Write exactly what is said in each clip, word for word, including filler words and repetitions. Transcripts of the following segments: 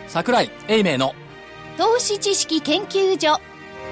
櫻井英明の投資知識研究所。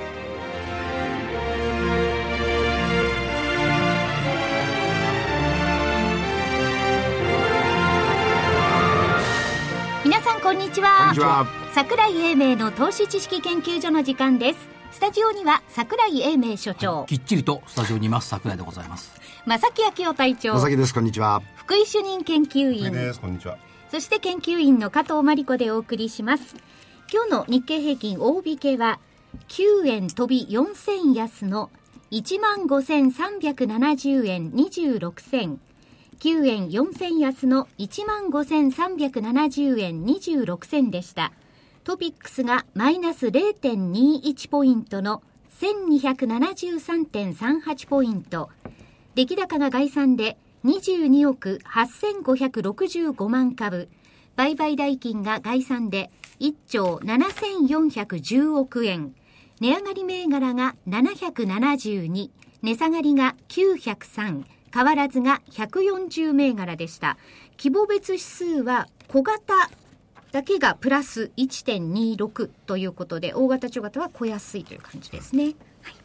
皆さんこんにちは。 こんにちは。 櫻井英明の投資知識研究所の時間です。スタジオには櫻井英明所長、 きっちりとスタジオにいます櫻井でございます。 正木昭夫隊長、 正木です。こんにちは。 福井主任研究員です。こんにちは。 そして研究員の加藤真理子でお送りします。今日の日経平均大引けはきゅうえん飛びよん銭安の いちまんごせんさんびゃくななじゅうえんにじゅうろく銭、きゅうえんよん銭安の いちまんごせんさんびゃくななじゅうえんにじゅうろく銭でした。トピックスがマイナス れいてんにいち ポイントの せんにひゃくななじゅうさんてんさんはち ポイント、出来高が概算でにじゅうにおくはっせんごひゃくろくじゅうごまん株、売買代金が概算でいっちょうななせんよんひゃくじゅうおくえん、値上がり銘柄がななひゃくななじゅうに、値下がりがきゅうひゃくさん、変わらずがひゃくよんじゅう銘柄でした。規模別指数は小型だけがプラス いってんにろく ということで、大型中型は小安いという感じですね。はい、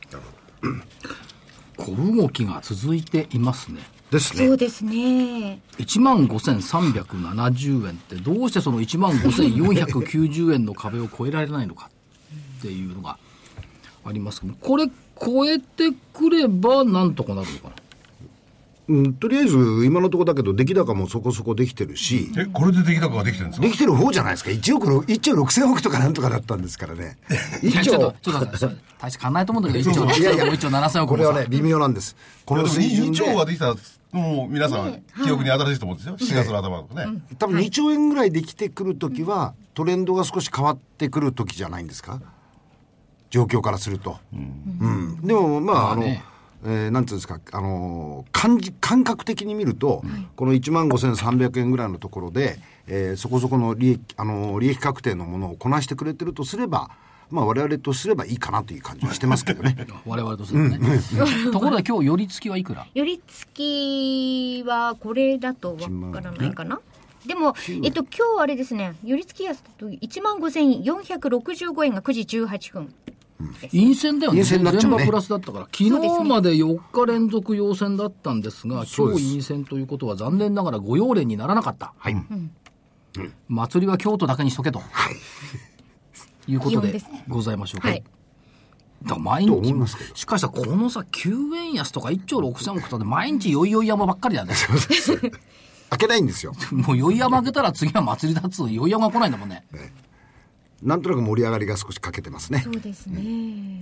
小動きが続いていますね。 ですね。 そうですね。 いちまんごせんさんびゃくななじゅうえんってどうしてそのいちまんごせんよんひゃくきゅうじゅうえんの壁を超えられないのかっていうのがありますけど、これ超えてくればなんとかなるのかな。 うん、とりあえず今のところだけど出来高もそこそこできてるし、 え、これで出来高ができてるんですか？ できてる方じゃないですか。いちおくいっちょうろくせんおくとかなんとかだったんですからね。いっちょうちょっとちょっと大して考えないと思うんだけど、いっちょうろくせんおくもいっちょうななせんおくもこれはね微妙なんです。この水準にでちょうができたらもう皆さん記憶に新しいと思うんですよ。しちがつの頭とかね。 多分にちょうえんぐらいできてくるときは、トレンドが少し変わってくるときじゃないんですか、状況からすると。うんうん、でもまあ、まあね、あのえー、なんていうんですか、あのー、感じ感覚的に見ると、はい、このいちまんごせんさんびゃくえんぐらいのところで、えー、そこそこの利益、あのー、利益確定のものをこなしてくれてるとすれば、まあ我々とすればいいかなという感じはしてますけどね。 我々とすればね。うん、ところで今日寄り付きはいくら？ 寄り付きはこれだとわからないかな。でも、えっと、今日あれですね、寄り付き安だと いちまんごせんよんひゃくろくじゅうごえんがくじじゅうはっぷん。 陰線だよね。 陰線になっちゃうね。 全場プラスだったから、昨日までよっか連続陽線だったんですが、今日陰線ということは残念ながらご陽連にならなかった。はい。うん、祭りは京都だけにしとけと。はい。いうことでございましょうか。はい。だから毎日、しかしさ、このさ、きゅうえん安とかいっちょうろくせんおくとかで毎日よいよい山ばっかりだね。 そうです。開けないんですよ。 もうよい山開けたら次は祭りだっつうの、よい山が来ないんだもんね。ね、 なんとなく盛り上がりが少し欠けてますね。 そうですね。うん、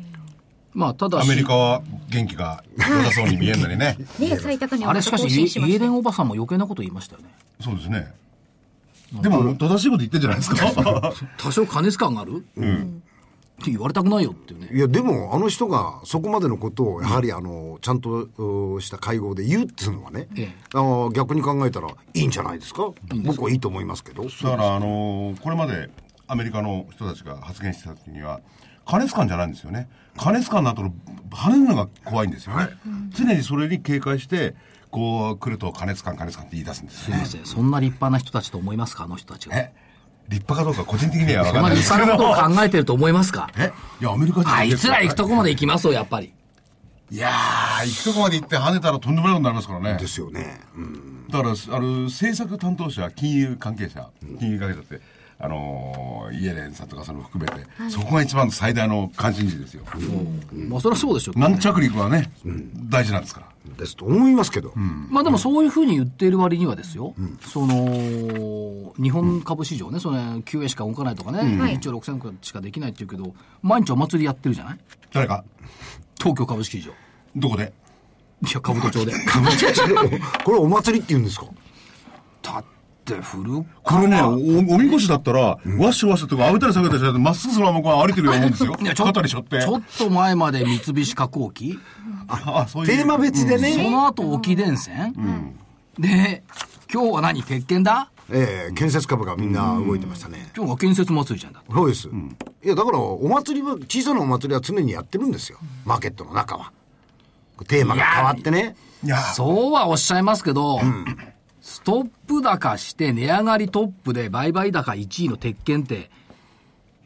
まあただアメリカは元気が良さそうに見えるのにね。 ね、最高値をあれしかしイエレンおばさんも余計なこと言いましたよね。 そうですね。でも正しいこと言ってんじゃないですか。 多少過熱感がある。うん。って言われたくないよっていうね。 いやでもあの人がそこまでのことをやはりあのちゃんとした会合で言うっていうのはね、ええ、あの逆に考えたらいいんじゃないですか。いいんですか。僕はいいと思いますけど。だからあのこれまでアメリカの人たちが発言してた時には過熱感じゃないんですよね。過熱感の後の跳ねるのが怖いんですよね。うん、常にそれに警戒してこう来ると過熱感過熱感って言い出すんですよね。 すいません、そんな立派な人たちと思いますか、あの人たちが。 え立派かどうか個人的には分からないですけど。そんな立派なことを考えてると思いますか。 えいやアメリカ人あいつら行くとこまで行きますよやっぱり。 いやー行くとこまで行って跳ねたらとんでもないことになりますからね。 ですよね。うん、 だからあの政策担当者金融関係者金融関係者って。あのー、イエレンさんとかその含めて、はい、そこが一番の最大の関心事ですよ。 うん、まあそれはそうでしょう、 軟着陸はね、うん、大事なんですから。 ですと思いますけど、うん、 まあでもそういうふうに言っている割にはですよ、うん、その日本株市場ね、そのきゅうえんしか動かないとかね、うん、いっちょうろくせんおくしかできないっていうけど、毎日お祭りやってるじゃない。 誰か東京株式市場。 どこで？ いや兜町で。 これお祭りって言うんですか。 だって古これね お, おみこしだったら、うん、ワッシュワッシュとか上げたり下げたりしてまっすぐそのまま歩いてるようなもんですよ。いやちょ肩に背負ってちょっと前まで三菱加工機ああそういうテーマ別でね、 うん、その後沖電線、うん、で今日は何鉄拳だ。 ええー、建設株がみんな動いてましたね。 今日は建設祭りじゃんだ。 そうです、うん、いやだからお祭りは小さなお祭りは常にやってるんですよ、マーケットの中は。テーマが変わってね。 いやそうはおっしゃいますけど、うん、ストップ高して値上がりトップで売買高いちいの鉄拳って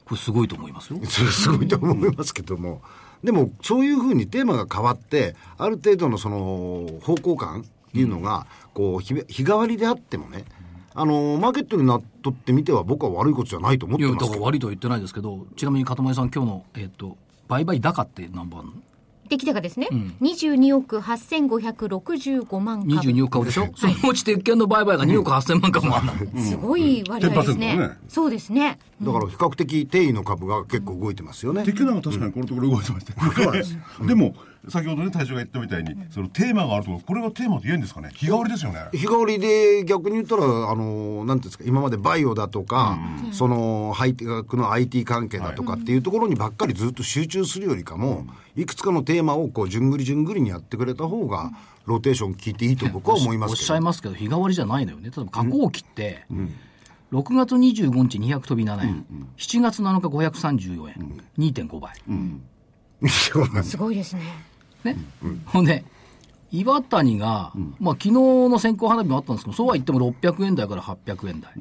これすごいと思いますよ。 それすごいと思いますけども、でもそういうふうにテーマが変わってある程度のその方向感っていうのがこう 日, 日替わりであってもね、あのマーケットになっとってみては僕は悪いことじゃないと思ってますけど。 いやだから悪いとは言ってないですけど、ちなみに片森さん今日の、えー、と売買高って何番？ 出来高ですね、うん、にじゅうにおくはっせんごひゃくろくじゅうごまん株。 にじゅうにおく株でしょ、はい、そのうち鉄拳の売買がにおくはっせんまん株もあるの、 うん、すごい割合ですね、うん、そうですね、 だから比較的定位の株が結構動いてますよね。 鉄拳なんか確かにこのところ動いてました、うん、で, でも先ほどね隊長が言ったみたいに、うん、そのテーマがあるとこれがテーマって言えんですかね。日替わりですよね。 日替わりで逆に言ったらあのなんていうんですか、今までバイオだとか、うん、そのハイテクの アイティー 関係だとかっていうところにばっかりずっと集中するよりかも、うん、いくつかのテーマをこう順繰り順繰りにやってくれた方がローテーション効いていいと僕は思いますけど。 おっしゃいますけど日替わりじゃないのよね。例えば下降期って、うんうん、ろくがつにじゅうごにちにひゃく飛びななえん、うんうん、しちがつなのかごひゃくさんじゅうよえん、うん、にてんごばい、うんうん、すごいですね。 ね、うん、ほんで岩谷が、うんまあ、昨日の先行花火もあったんですけど、そうは言ってもろっぴゃくえん台からはっぴゃくえん台、うん、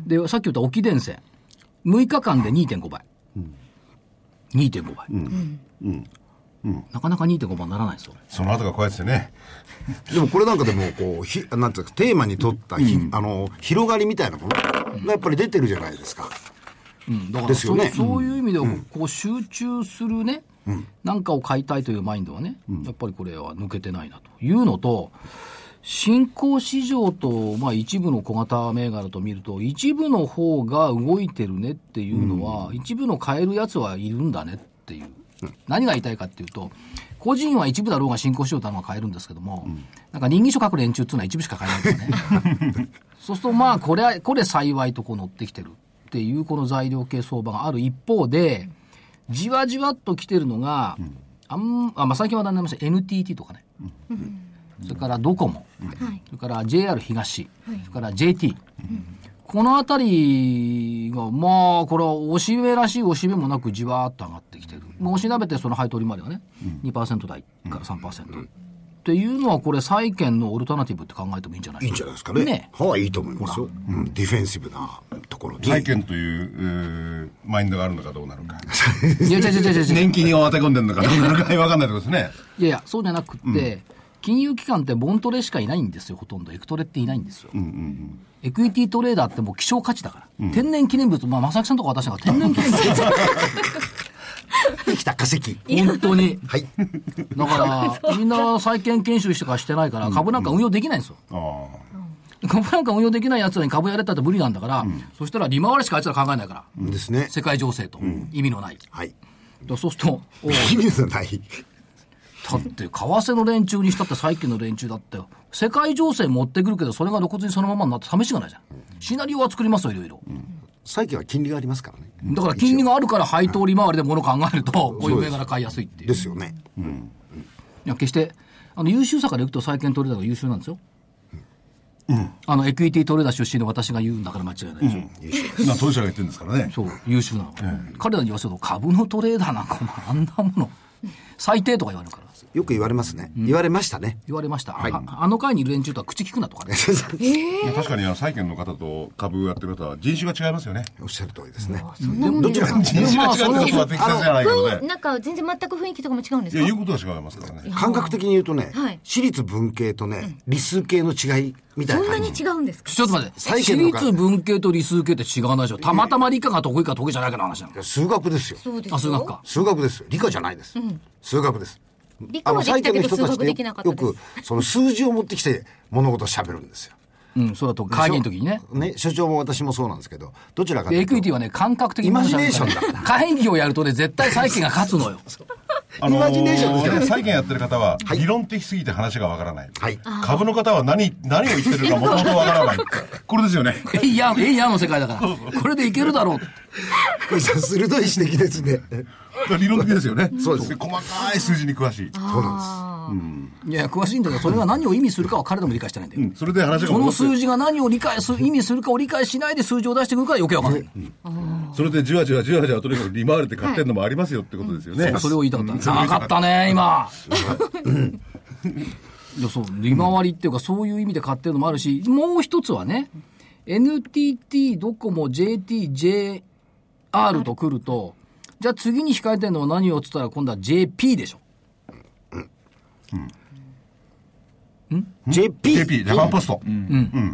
でさっき言った沖電線むいかかんで にてんごばい、うん、にてんごばい、うんうんうん、なかなか にてんごばいにならないですよ。 その後が怖いですよね。 でもこれなんかでもこうひなんていうかテーマにとった、うん、あの広がりみたいなものがやっぱり出てるじゃないですか、 うん、だからですよね。そ, そういう意味ではこう集中するね、うん、なんかを買いたいというマインドはね、うん、やっぱりこれは抜けてないなというのと、新興市場と、まあ、一部の小型銘柄と見ると一部の方が動いてるねっていうのは、うん、一部の買えるやつはいるんだねっていう、うん、何が言いたいかっていうと、個人は一部だろうが新興市場だろうが買えるんですけども、うん、なんか人気書書く連中っていうのは一部しか買えないんですよねそうするとまあこれはこれ幸いとこう乗ってきてるっていうこの材料系相場がある一方で、じわじわっと来てるのが、うん、あんあまあ、最近話題になりました エヌティーティー とかね、うん、それからドコモ、うん、それから ジェイアール 東、はい、それから ジェーティー、うん、このあたりがまあこれは押し目らしい押し目もなくじわーっと上がってきてる。もう押しなべてその配当利まではね、うん、にパーセント 台から さんパーセント、うんっていうのはこれ債券のオルタナティブって考えてもいいんじゃないですか。 いいんじゃないですかね。ね、はい、いいと思いますよ、うん、ディフェンシブなところに債券というマインドがあるのかどうなのかいやいやいやいや年金を当て込んでるのかどうなのか分かんないところですね。 いやいやそうじゃなくって、うん、金融機関ってボントレしかいないんですよ。ほとんどエクトレっていないんですよ、うんうんうん、エクイティトレーダーってもう希少価値だから、うん、天然記念物、まあ、正木さんとか私なんか天然記念物できた化石本当に、 はい、 だからみんな債券研修しかしてないから株なんか運用できないんですよ、うん、株なんか運用できないやつらに株やれたって無理なんだから、うん、そしたら利回りしかあいつら考えないから、 うんですね、 世界情勢と、うん、意味のない、 はい、 そうすると意味のないだって為替の連中にしたって債券の連中だって世界情勢持ってくるけどそれが露骨にそのままになって試しがないじゃん、うん、シナリオは作りますよいろいろ、うん債券は金利がありますからね。 だから金利があるから配当利回りでものを考えるとこういう銘柄買いやすいっていうですよね、うんうん、 いや決してあの優秀さからいくと債券トレーダーが優秀なんですよ、うん、あのエクイティトレーダー出身の私が言うんだから間違いないでしょ、うん、優秀です。 当事者が言ってるんですからね。 そう優秀なの、うん、彼らに言わせると株のトレーダーなんかあんなもの最低とか言われるからよく言われますね、うん、言われましたね言われました、はい、あ, あの会にいる連中とは口聞くなとかねえー、確かにあの債券の方と株やってる方は人種が違いますよね。 おっしゃる通りですね。 でもどちらか人種が違うってことは適切じゃないけどね。 なんか全然全く雰囲気とかも違うんですか。 いや言うことは違いますからね。 感覚的に言うとね、はい、私立文系とね、うん、理数系の違いみたいな。 そんなに違うんですか。 ちょっと待って、私立文系と理数系って違わないでしょ。たまたま理科が得意か得意じゃないかの話なの。 数学ですよ。 そうですよ。 あ数学か。 数学ですよ。理科じゃないです、うん、数学です。 理科はできたけど数学できなかったです。 よくその数字を持ってきて物事を喋るんですよ。 うん、そうだと会議の時にね。 ね、所長も私もそうなんですけど、どちらかというとエクイティはね感覚的にイマジネーションだから会議をやるとね絶対債券が勝つのよ。 あのー、イマジネーションですよね。債券やってる方は理論的すぎて話がわからない、はい、株の方は何何を言ってるかもともとわからないこれですよね。 えいやえいやの世界だからこれでいけるだろう。 これ鋭い指摘ですね。 理論的ですよね。 そうです。 細かい数字に詳しい。 そうなんです、うん、いや詳しいんだけどそれが何を意味するかは彼でも理解してないんだよ、うん、 それで話がその数字が何を理解す意味するかを理解しないで数字を出してくるから余計わかんない、 うん、それでじわじわじわじわとにかく利回りで買ってるのもありますよってことですよね、 はい、そうそれを言いたかった、うん、長かったね今いやそう利回りっていうかそういう意味で買ってるのもあるし、もう一つはね エヌティーティー ドコモ ジェーティー J R と来ると、じゃあ次に控えてるのは何をっつったら今度は ジェーピー でしょ。 うん。ん ジェーピー? ジェーピー、ジャパンポスト。うん。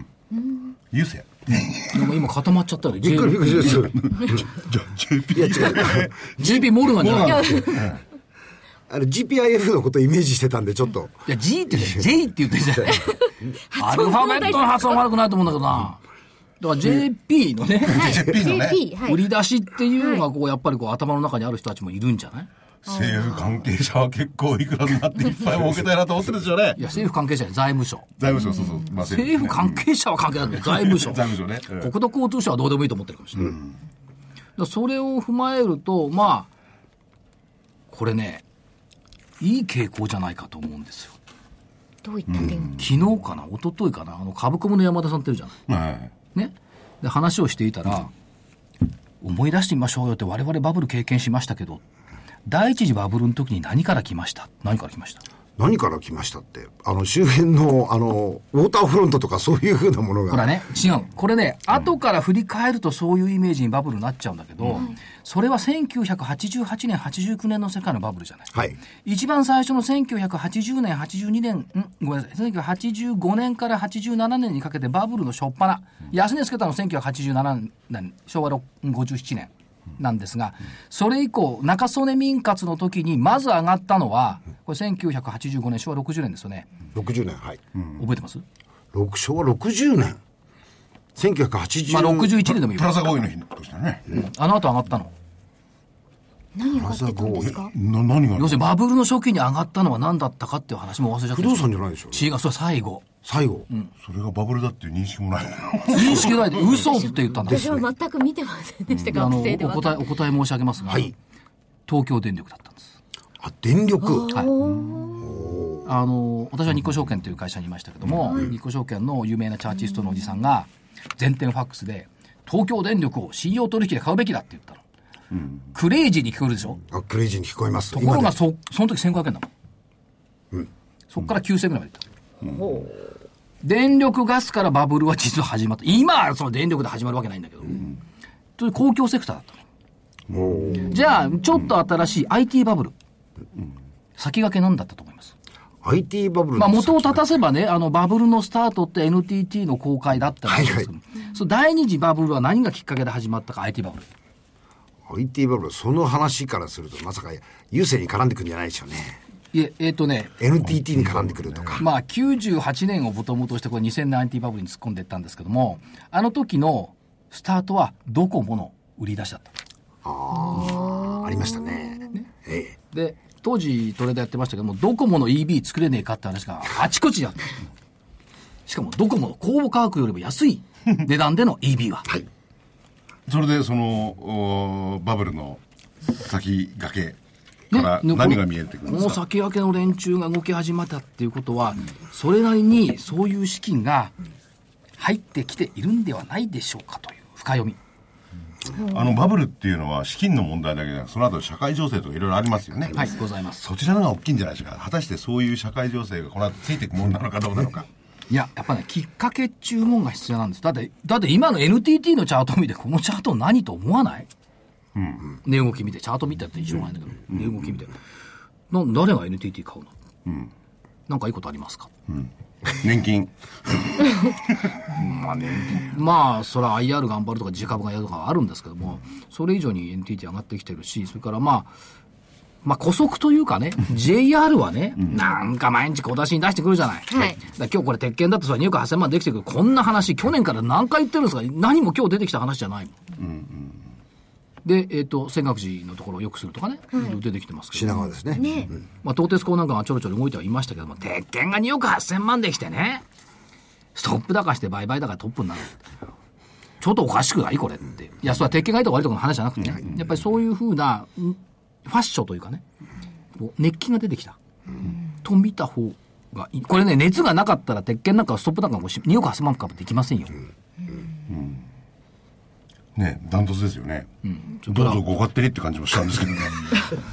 うん。郵政。 でも今固まっちゃったよね。 びっくりびっくりです。 じゃあ ジェーピー。 いや違う。 ジェーピー モルガンじゃない。 あの ジーピーアイエフ のことをイメージしてたんでちょっと。 いや G って言って J って言ってるじゃない。アルファベットの発音悪くないと思うんだけどな。だから ジェーピー のね、 はい、 ジェーピー のね、 ジェーピー、はい、 売り出しっていうのがこうやっぱりこう頭の中にある人たちもいるんじゃない？ 政府関係者は結構いくらになっていっぱい儲けたいなと思ってるんですよね。 いや政府関係者は財務省。 財務省、そうそう。 まあ、政府関係者は関係ないけど財務省。 財務省ね。 国土交通省はどうでもいいと思ってるかもしれない。うん、だそれを踏まえると、まあ、これね、いい傾向じゃないかと思うんですよ。 どういった点、うん、 昨日かな、一昨日かな、あの株コムの山田さんっているじゃない。はい、ね。で、話をしていたら、思い出してみましょうよって、我々バブル経験しましたけど、第一次バブルの時に何から来ました？何から来ました？ 何から来ましたって、あの周辺のあのウォーターフロントとかそういうふうなものが。 ほらね、違う。これね、うん、後から振り返るとそういうイメージにバブルになっちゃうんだけど、うん、それはせんきゅうひゃくはちじゅうはちねん、はちじゅうきゅうねんの世界のバブルじゃない。はい。一番最初のせんきゅうひゃくはちじゅうねん、はちじゅうにねん、んごめんなさい、せんきゅうひゃくはちじゅうごねんからはちじゅうななねんにかけてバブルの初っ端、うん、安値つけたのせんきゅうひゃくはちじゅうななねん、昭和ごじゅうななねん。なんですが、それ以降中曽根民活の時にまず上がったのはこれせんきゅうひゃくはちじゅうごねん、昭和ろくじゅうねんですよね。 ろくじゅうねん、はい、 うん、覚えてます？ 昭和ろくじゅうねん、せんきゅうひゃくはちじゅう、 まあ、ろくじゅういちねんでもいい。 プラザ合意の日としてね、 うん、あの後上がったの何が上がってたんですか？ な何が要するにバブルの初期に上がったのは何だったかっていう話も忘れちゃってる。 不動産じゃないでしょ。 違う、それ最後最後、 うん、それがバブルだっていう認識もない認識ないで嘘って言ったんです。 私は全く見てませんでした、うん、学生では。 お答えお答え申し上げますが、はい、東京電力だったんです。 あ、電力、 はい、あの私は日興証券という会社にいましたけども、うん、日興証券の有名なチャーチストのおじさんが全店ファックスで東京電力を信用取引で買うべきだって言ったの、うん、クレイジーに聞こえるでしょ。 あ、クレイジーに聞こえます。 ところが そ, その時せんごひゃくえんだもん、うん、そこからきゅうせんえんぐらいまでいった、うん、電力ガスからバブルは実は始まった。今はその電力で始まるわけないんだけど、うん、と公共セクターだったの。じゃあちょっと新しい アイティー バブル、うん、先駆けなんだったと思います。 アイティー バブル、 まあ、元を立たせばね、あのバブルのスタートって エヌティーティー の公開だったんですけど、はいはい、その第二次バブルは何がきっかけで始まったか。 アイティー バブルアイティー バブル、その話からするとまさか郵政に絡んでくるんじゃないでしょうね。 いえ、えー、っとねエヌティーティー に絡んでくるとか、 まあきゅうじゅうはちねんをボトムとしてこれにせんねん アイティー バブルに突っ込んでいったんですけども、あの時のスタートはドコモの売り出しだった。 ああ、ありましたね。ね、 ええ、で当時トレードやってましたけども、ドコモの イービー 作れねえかって話があちこちやってしかもドコモの公募価格よりも安い値段での イービー は、はい、 それでそのバブルの先駆けから何が見えてくるんですか？ この先駆けの連中が動き始まったっていうことは、それなりにそういう資金が入ってきているんではないでしょうかという深読み。 あのバブルっていうのは資金の問題だけでなく、その後社会情勢とかいろいろありますよね。 はい、ございます。 そちらのが大きいんじゃないでしょうか。果たしてそういう社会情勢がこの後ついていくものなのかどうなのか。 いや、やっぱね、きっかけ注文が必要なんです。だって、だって今の エヌティーティー のチャートを見て、このチャート何と思わない？うん、値動き見て、チャート見てって一緒なんだけど、うん、値動き見て、な誰が エヌティーティー 買うの？うん、なんかいいことありますか？うん、 年金まあね、まあそれは アイアール 頑張るとか自株がやるとかはあるんですけども、それ以上に エヌティーティー 上がってきてるし、それからまあまあ、姑息というかね、ジェイアール はね、うん、なんか毎日小出しに出してくるじゃない。はい、だ今日これ鉄拳だとそれにおくはっせんまんできてくる。こんな話、去年から何回言ってるんですか？何も今日出てきた話じゃないもん。うんうん、で、えっ、ー、と、泉岳寺のところを良くするとかね、はい、出てきてますけど。 品川ですね。ね、 うん、まあ、東鉄工なんかがちょろちょろ動いてはいましたけども、鉄拳がにおくはっせんまんできてね、ストップ高して売買高トップになる。ちょっとおかしくないこれって。いや、それは鉄拳がいいとか悪いとかの話じゃなくてね、やっぱりそういうふうな、ファッションというかね、熱気が出てきた、うん、と見た方がいい。これね、熱がなかったら鉄拳なんかストップ高がにおくはっせんまん株できませんよ、うんうんね、ダントツですよね、うん、どうぞご勝手にって感じもしたんですけどね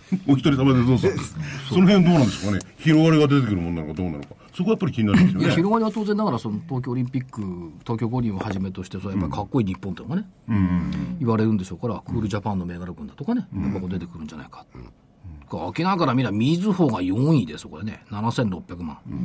お一人様でどうぞその辺どうなんですかね、広がりが出てくるものなのかどうなのか、そこはやっぱり気になるんですよね。 いや広がりは当然ながらその東京オリンピック東京五輪をはじめとしてそれやっぱりかっこいい日本というのがね、うん、言われるんでしょうから、クールジャパンの銘柄群だとかね、やっぱこう出てくるんじゃないか、うん、沖縄から見ればみずほがよんいでそこでねななせんろっぴゃくまん、うん、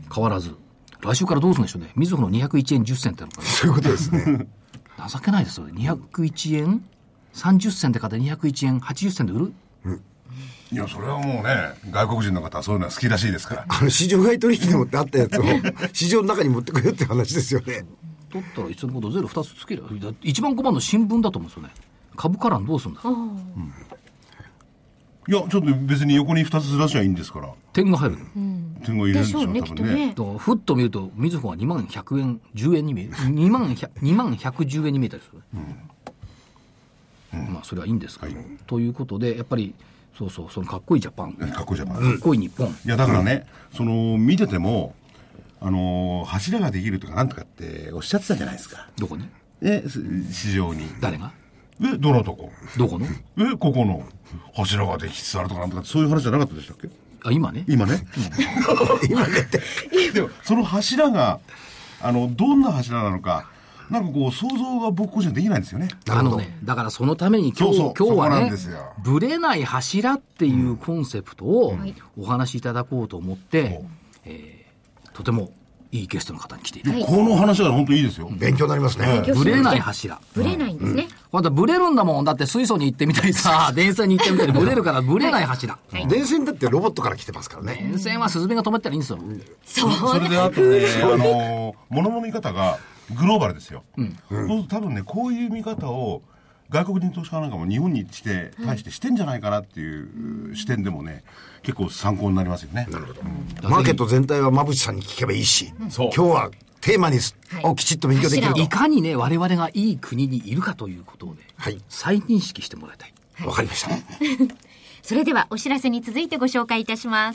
変わらず来週からどうするんでしょうね。みずほのにひゃくいちえんじゅっせんってのかな、 そういうことですね情けないですよね。にひゃくいちえんさんじゅっせんで買ってにひゃくいちえんはちじゅっせんで売る、うん、 いやそれはもうね外国人の方はそういうのは好きらしいですから、 あの市場外取引でもってあったやつを市場の中に持ってくるって話ですよね。 取ったらいつのことゼロふたつつけるいちまんごまんの新聞だと思うんですよね。株からどうするんだ、うん、 いやちょっと別に横にふたつずらしゃいいんですから点が入る、 うん、点が入れるんですよ、ね、多分ね。 だからふっと見るとみずほはにまんひゃくえんじゅうえんに見えるにまんひゃくじゅうえんに見えたりする、うんうん、まあそれはいいんですけど、はい、ということでやっぱりそうそうそのかっこいいジャパンかっこいいジャパンかっこいい日本、いやだからね、うん、その見ててもあのー、柱ができるとかなんとかっておっしゃってたじゃないですか。 どこに？ え市場に誰が？ えどのとこどこの？ えここの柱ができつつあるとかなんとかそういう話じゃなかったでしたっけ？ あ今ね今ね、うん、今ねってでもその柱があのどんな柱なのかなんかこう想像が僕個人はできないんですよね。 あのねだからそのために今日そうそう今日はねブレない柱っていうコンセプトをお話しいただこうと思って、うんえー、とてもいいゲストの方に来ていただいて、 はい、この話は本当にいいですよ、うん、 勉強になりますね。 ブレない柱ブレないんですね、 うん、またブレるんだもん。だって水素に行ってみたりさ電線に行ってみたりブレるからブレない柱、 はいはい、電線だってロボットから来てますからね。 電線はスズメが止めたらいいんですよ、うん、 そうそれであとねあの物の見方がグローバルですよ、うんうん、そう多分ねこういう見方を外国人投資家なんかも日本にして対してしてんじゃないかなっていう視点でもね結構参考になりますよね。 なるほど、うん、マーケット全体は馬淵さんに聞けばいいし、うん、今日はテーマにをきちっと勉強できると、 はい、いかにね我々がいい国にいるかということをね、はい、再認識してもらいたい。 わ、はい、かりましたそれではお知らせに続いてご紹介いたします。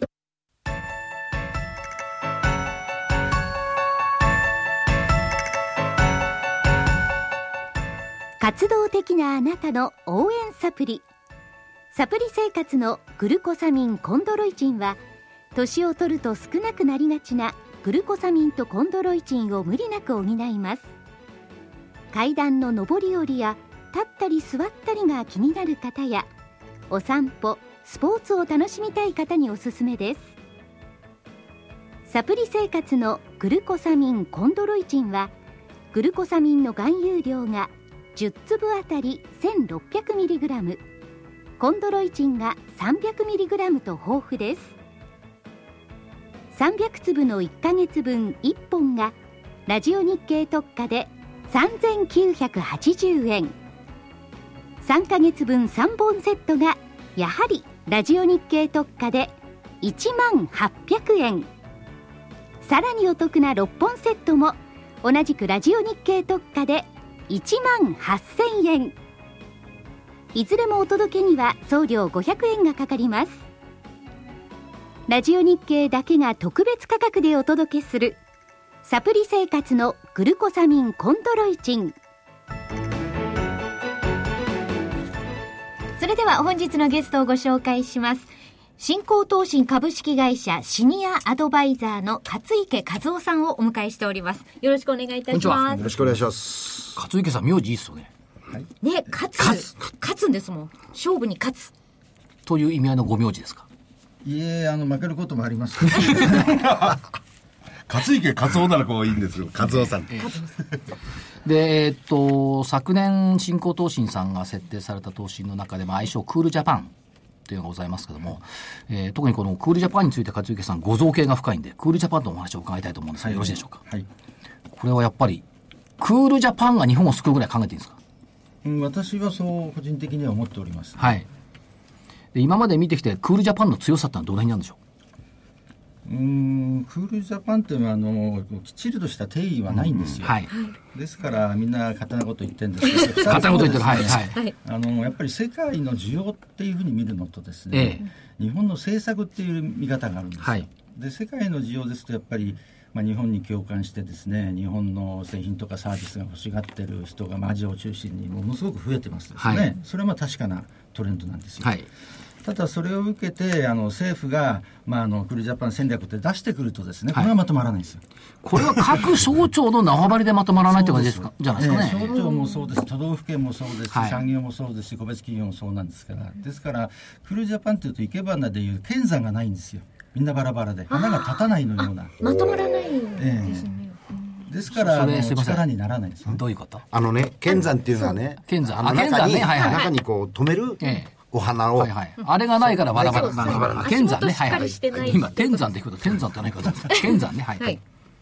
活動的なあなたの応援サプリ。サプリ生活のグルコサミンコンドロイチンは年を取ると少なくなりがちなグルコサミンとコンドロイチンを無理なく補います。階段の上り下りや立ったり座ったりが気になる方やお散歩スポーツを楽しみたい方におすすめです。サプリ生活のグルコサミンコンドロイチンはグルコサミンの含有量がじゅっつぶあたり せんろっぴゃくミリグラム、 コンドロイチンが さんびゃくミリグラム と豊富です。さんびゃくつぶのいっかげつぶんいっぽんがラジオ日経特価でさんぜんきゅうひゃくはちじゅうえん、さんかげつぶんさんぼんセットがやはりラジオ日経特価でいちまんはっぴゃくえん、さらにお得なろっぽんセットも同じくラジオ日経特価でいちまんはっせんえん、いずれもお届けには送料ごひゃくえんがかかります。ラジオ日経だけが特別価格でお届けするサプリ生活のグルコサミンコンドロイチン。それでは本日のゲストをご紹介します。新興投信株式会社シニアアドバイザーの勝池和夫さんをお迎えしております。よろしくお願いいたします。 よろしくお願いします。 勝池さん名字いいっすよね。 はい、ね、勝つ勝つ勝つんですもん。勝負に勝つという意味合いのご名字ですか。 いえ、あの負けることもあります勝池和夫ならこういいんですよ。和夫さん、えー、で、えー、っと昨年新興投信さんが設定された投信の中で、まあ、愛称クールジャパンというのがございますけども、えー、特にこのクールジャパンについて勝池さんご造形が深いんでクールジャパンとお話を伺いたいと思うんですが、はい、よろしいでしょうか。はい、これはやっぱりクールジャパンが日本を救うぐらい考えていいんですか。 うん、私はそう個人的には思っております、ね。 はい。で今まで見てきてクールジャパンの強さってのはどの辺にあるんでしょう。 うーんクールジャパンっていうのはあのきっちりとした定義はないんですよ、うんはい、ですからみんな勝手なこと言ってるんですけど勝手なこと言ってる、はいはい、 あのやっぱり世界の需要っていうふうに見るのとですね、ええ、日本の政策っていう見方があるんですよ、はい、で世界の需要ですとやっぱり、まあ、日本に共感してですね日本の製品とかサービスが欲しがってる人がアジアを中心にものすごく増えてますですね、はい、それはまあ確かなトレンドなんですよ、はい、 ただそれを受けてあの政府が、まあ、あのクールジャパン戦略って出してくるとですね、これはまとまらないんですよ。 これは各省庁の縄張りでまとまらないって感じですかじゃないですかね。 省庁もそうです、都道府県もそうですし、 はい、 産業もそうですし、個別企業もそうなんですから、ですからクールジャパンというと生け花でいう剣山がないんですよ。みんなバラバラで花が立たないのような、 まとまらないですね。 えー、ですからあの力にならないですよ、ね。 どういうこと？ あのね、剣山っていうのはね、 剣山、 あの中に、 ね、はいはい、 中にこう止める、ええ、お花を、 はいはい、あれがないからバラバラ、バラバラ、剣山ね、はいはい、今天山って言うこと天山ってないから剣山ね、はい、はい、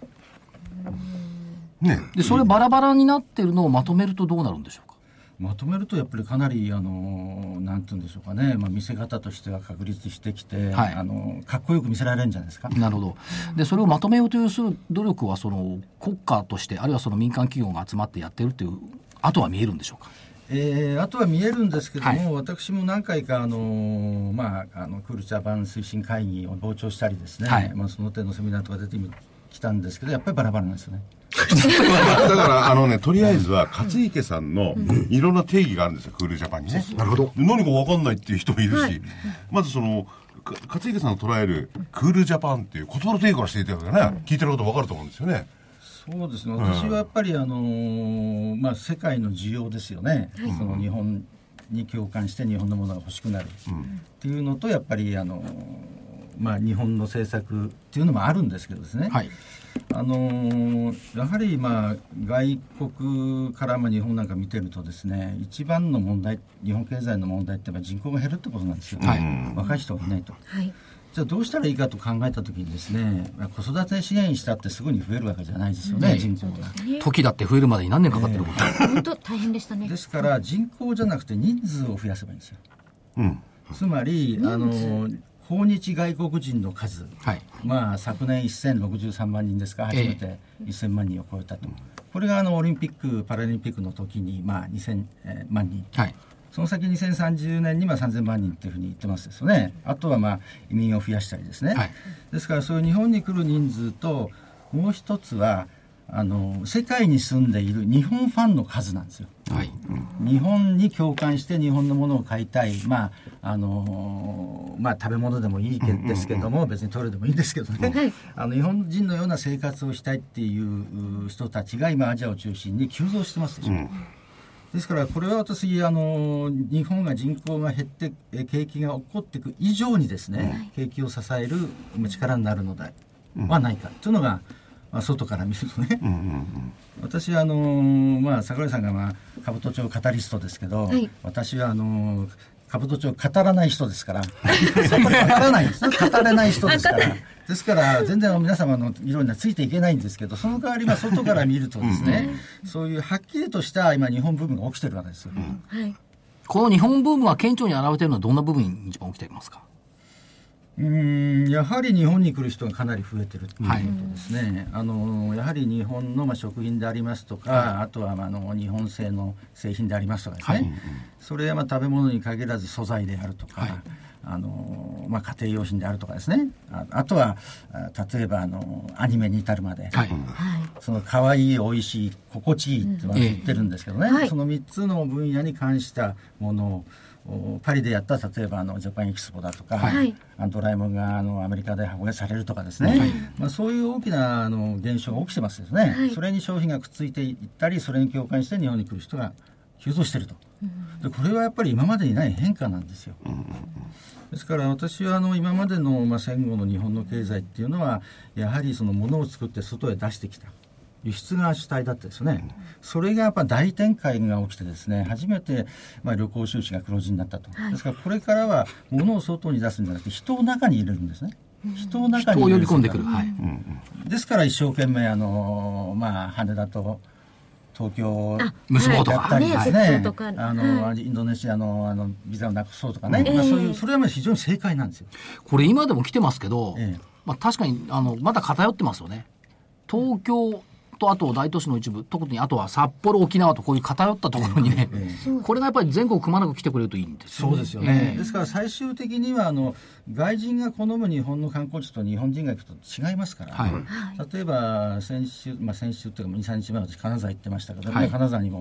ね、でそれバラバラになってるのをまとめるとどうなるんでしょうか？ まとめるとやっぱりかなりあのなんて言うんでしょうかね、まあ、見せ方としては確立してきて、はい、あのかっこよく見せられるんじゃないですか。 なるほど。でそれをまとめようというする努力はその国家としてあるいはその民間企業が集まってやってるっていう後は見えるんでしょうか？ えー、あとは見えるんですけども、はい、私も何回かあの、まあ、あのクールジャパン推進会議を傍聴したりですね、はい、まあ、その点のセミナーとか出てきたんですけど、やっぱりバラバラなんですよね。 だからあのね、とりあえずは勝池さんのいろんな定義があるんですよ、クールジャパンにね。 なるほど。 何か分かんないっていう人もいるし、はい、まずその勝池さんの捉えるクールジャパンっていう言葉の定義からしていただけね、聞いてること分かると思うんですよね。 そうですね、私はやっぱり、あのーまあ、世界の需要ですよね、はい、その日本に共感して日本のものが欲しくなるっていうのと、やっぱり、あのーまあ、日本の政策っていうのもあるんですけどですね、はい、あのー、やはり、まあ、外国からまあ日本なんか見てるとですね、一番の問題、日本経済の問題って人口が減るってことなんですよ、はい、若い人がいないと。はい、じゃあどうしたらいいかと考えたときにですね、子育て支援したってすぐに増えるわけじゃないですよね、うん、人口が。 時だって増えるまでに何年かかってること、 えー、本当大変でしたね。 ですから人口じゃなくて人数を増やせばいいんですよ。うん、つまりあの訪日外国人の数、はい、まあ、昨年せんろくじゅうさんまんにんですか、初めてせんまんにんを超えたと、えー、これがあのオリンピック・パラリンピックの時に、まあ、にせんまんにん、はい、その先にせんさんじゅうねんにはさんぜんまんにんというふうに言ってますですよね。あとは、まあ、移民を増やしたりですね、はい、ですからそういう日本に来る人数と、もう一つはあの世界に住んでいる日本ファンの数なんですよ。はい、日本に共感して日本のものを買いたい、まああのまあ、食べ物でもいいですけども、別にトイレでもいいんですけどね、はい、あの日本人のような生活をしたいっていう人たちが今アジアを中心に急増してますでしょ、うん、ですからこれは私あの日本が人口が減って景気が起こっていく以上にですね、うん、景気を支える力になるのではないかというのが、まあ、外から見るとね、うんうんうん、私はあの、まあ、櫻井さんが、まあ、兜町カタリストですけど、はい、私はあの兜町語らない人ですからそこで語らないんです語れない人ですからですから全然皆様の議論にはついていけないんですけど、その代わりは外から見るとですねそういうはっきりとした今日本ブームが起きてるわけですよ、うんはい、 この日本ブームが顕著に現れているのはどんな部分に一番起きていますか？ うーんやはり日本に来る人がかなり増えてるということですね、はい、あのやはり日本のまあ食品でありますとか、はい、あとはまああの日本製の製品でありますとかですね、はい、それはまあ食べ物に限らず素材であるとか、はい、あのまあ、家庭用品であるとかですね、 あ, あとは例えばあのアニメに至るまで、はい、その可愛いおいしい心地いいって言ってるんですけどね、うんええ、そのみっつの分野に関したものをパリでやった例えばあのジャパンエキスポだとか、はい、ドラえもんがあのアメリカで放映されるとかですね、はい、まあ、そういう大きなあの現象が起きてますですね、はい、それに商品がくっついていったり、それに共感して日本に来る人が急増していると、うん、でこれはやっぱり今までにない変化なんですよ、うん、ですから私はあの今までの、まあ、戦後の日本の経済っていうのはやはりその物を作って外へ出してきた輸出が主体だったですよね、うん、それがやっぱ大展開が起きてですね、初めて、まあ、旅行収支が黒字になったと、はい、ですからこれからは物を外に出すんじゃなくて人を中に入れるんですね、うん、人を中に入れる、 人を呼び込んでくる、はい、 ですから一生懸命あの、まあ、羽田と東京結ぼうとかやったりですね、あの、はい、インドネシア の, あのビザをなくそうとかね、うん、まあ、そういうそれは非常に正解なんですよ。 これ今でも来てますけど、ええ、まあ、確かにあのまだ偏ってますよね。東京とあと大都市の一部、特にあとは札幌沖縄とこういう偏ったところにね、ええ、これがやっぱり全国くまなく来てくれるといいんですよね。 そうですよね、ええ、ですから最終的にはあの外人が好む日本の観光地と日本人が行くと違いますから、はい、例えば先週、まあ、先週というかにさんにちまえ私金沢行ってましたけど、はい、金沢にも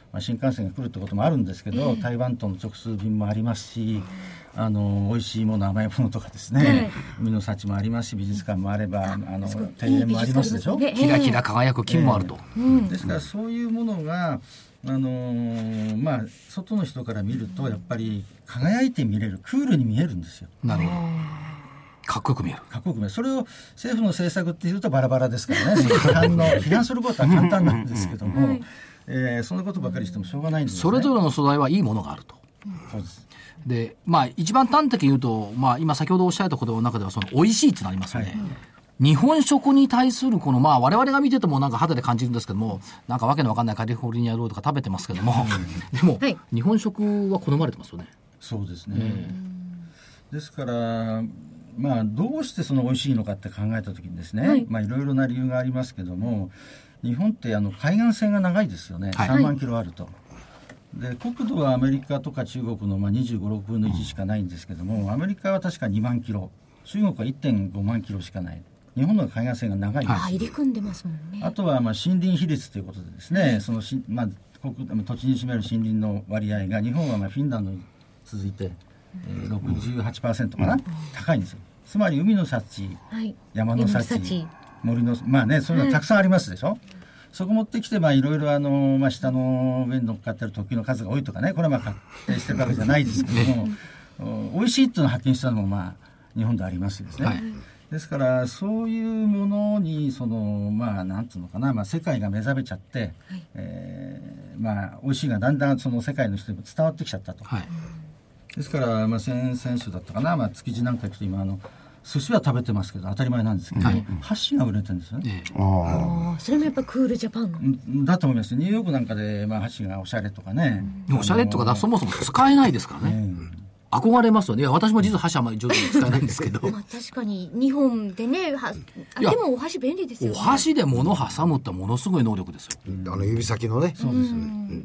まあ、新幹線が来るってこともあるんですけど、えー、台湾との直通便もありますし、あの美味しいもの甘いものとかですね、えー、海の幸もありますし美術館もあればあの庭園もありますでしょ、 キラキラ輝く金もあると、 えーうん、ですからそういうものがあのー、まあ外の人から見るとやっぱり輝いて見れる、クールに見えるんですよ。 なるほど、かっこよく見える。 かっこよく見える。それを政府の政策っていうとバラバラですからね批判の批判することは簡単なんですけども、はいえー、そんなことばかりしてもしょうがないんですね。 それぞれの素材はいいものがあると、 うん、そうです。 でまあ一番端的に言うと、まあ、今先ほどおっしゃった言葉の中ではその美味しいってなりますよね、はい日本食に対するこのまあ我々が見ててもなんか肌で感じるんですけども、なんかわけのわかんないカリフォルニアロールとか食べてますけども、でも、はい、日本食は好まれてますよね。 そうですね、えー、ですからまあどうしてその美味しいのかって考えたときにですね、はい、まあいろいろな理由がありますけども、日本ってあの海岸線が長いですよね、はい、さんまんキロあると。で国土はアメリカとか中国のまあにじゅうご、ろくぶんのいちしかないんですけども、アメリカは確かにまんキロ、中国は いってんごまんキロしかない。日本の海岸線が長いんです。 入り組んでますもんね。 あとはまあ森林比率ということでですね、はい、そのし、まあ、国土地に占める森林の割合が日本はまあフィンランドに続いて、えー、ろくじゅうはちパーセント かな、うん、高いんですよ。つまり海の幸、はい、山の幸、森のまあね、そういうのたくさんありますでしょ、はい、そこ持ってきてまあいろいろあの、まあ、下の上に乗っかってる特急の数が多いとかね、これはまあ確定してるわけじゃないですけども美味しいっていうのを発見したのもまあ日本でありますですね、はい、ですからそういうものにそのまあなんていうのかな、まあ、世界が目覚めちゃって、はいえー、まあ美味しいがだんだんその世界の人にも伝わってきちゃったと、はい、ですからまあ先々週だったかな、まあ、築地なんか行くと今あの寿司は食べてますけど当たり前なんですけど、はい、箸が売れてるんですよね、 えー、あそれもやっぱクールジャパンだと思います。ニューヨークなんかで、まあ、箸がおしゃれとかね、 うん、おしゃれとかだそもそも使えないですからね、ね憧れますよね。私も実は箸はあまり上手に使えないんですけど、 まあ、確かに日本でねはでもお箸便利ですよね。 お箸で物挟むってものすごい能力ですよ、 うん、あの指先のね。 そうですよね、うん、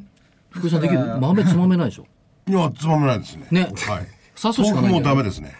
福井さんできる豆つまめないでしょ。 いやつまめないですね。 ね、 はい、 刺すしかない。 豆腐もダメですね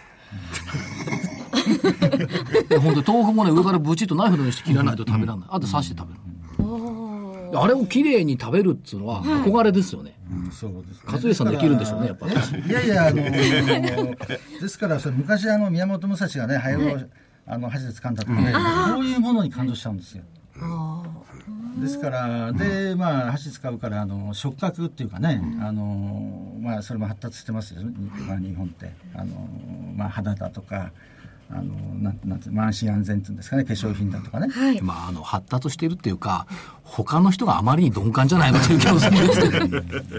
本当豆腐もね上からブチッとナイフのようにして切らないと食べられない。あと刺して食べる、うん、あれをきれいに食べるっていうのは憧れですよね、 うん、そうですね。 勝家さんできるんでしょうねやっぱり。 いやいやあのですからそれ昔あの宮本武蔵がね早うあの箸で掴んだとかね、うん、こういうものに感動しちゃうんですよ。あですからでまあ箸使うからあの触覚っていうかね、あのまあそれも発達してますよ、まあ、日本ってあの、まあ、肌だとかあのなんなんて安心安全っていうんですかね、化粧品だとかね、 はい、まああの発達しているっていうか他の人があまりに鈍感じゃないのという気がするんですけど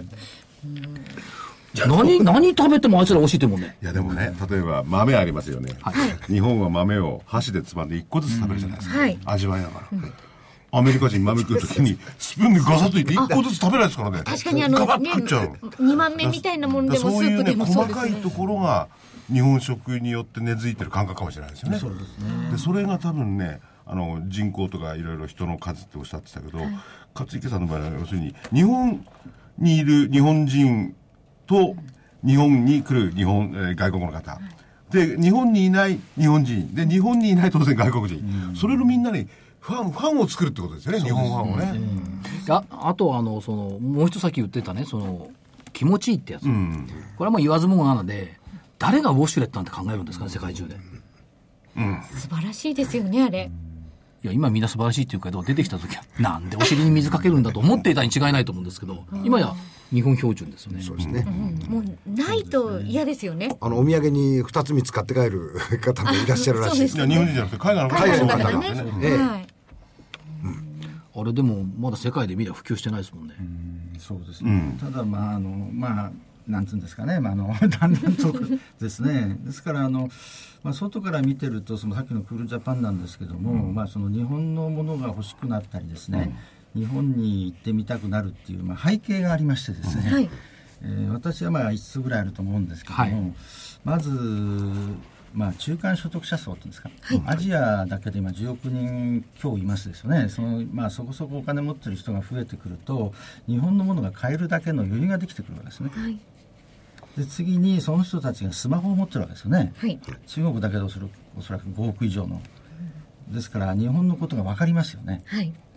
何, 何食べてもあいつら美味しいと思うね。 いやでもね、例えば豆ありますよね、はい、日本は豆を箸でつまんでいっこずつ食べるじゃないですか、うんはい、味わいながら、うん、アメリカ人豆食うときにスプーンでガサッといっていっこずつ食べないですからね。 確かにあのガバッと食っちゃう、ね、にまんめみたいなもんでもスープでもそうですね。 そういうね細かいところが日本食によって根付いてる感覚かもしれないですよね。 そうですね。 でそれが多分ねあの人口とかいろいろ人の数っておっしゃってたけど、はい、勝池さんの場合は要するに日本にいる日本人と日本に来る日本、えー、外国の方、はい、で日本にいない日本人で日本にいない当然外国人、うん、それのみんなにファンファンを作るってことですよね。日本ファンをね、うん、 あ, あとはあのそのもう一つさっき言ってたねその気持ちいいってやつ、うん、これはもう言わずもがなので誰がウォシュレットなんて考えるんですかね世界中で、 うん、素晴らしいですよねあれ。 いや今みんな素晴らしいって言うけど出てきた時はなんでお尻に水かけるんだと思っていたに違いないと思うんですけど、うん、今や日本標準ですよね。 そうですね、 うん、もうないと嫌ですよね。あのお土産にふたつみっつ買って帰る方もいらっしゃるらしいです。 いや日本人じゃなくて海外の方の方ね、 ええはいうん、あれでもまだ世界で見れば普及してないですもんね。 うんそうですね、うん、ただまああのまあなんつうんですかね、まあ、あのだんだんとですねですからあの、まあ、外から見てるとそのさっきのクールジャパンなんですけども、うんまあ、その日本のものが欲しくなったりですね、うん、日本に行ってみたくなるっていう、まあ、背景がありましてですね、はいえー、私はまあいつつぐらいあると思うんですけども、はい、まずまあ、中間所得者層というんですか、はい、アジアだけで今じゅうおくにん強いますですよね。その、まあ、そこそこお金持ってる人が増えてくると日本のものが買えるだけの余裕ができてくるわけですね、はい、で次にその人たちがスマホを持ってるわけですよね、はい、中国だけでおそらくごおく以上のですから日本のことが分かりますよね、はい、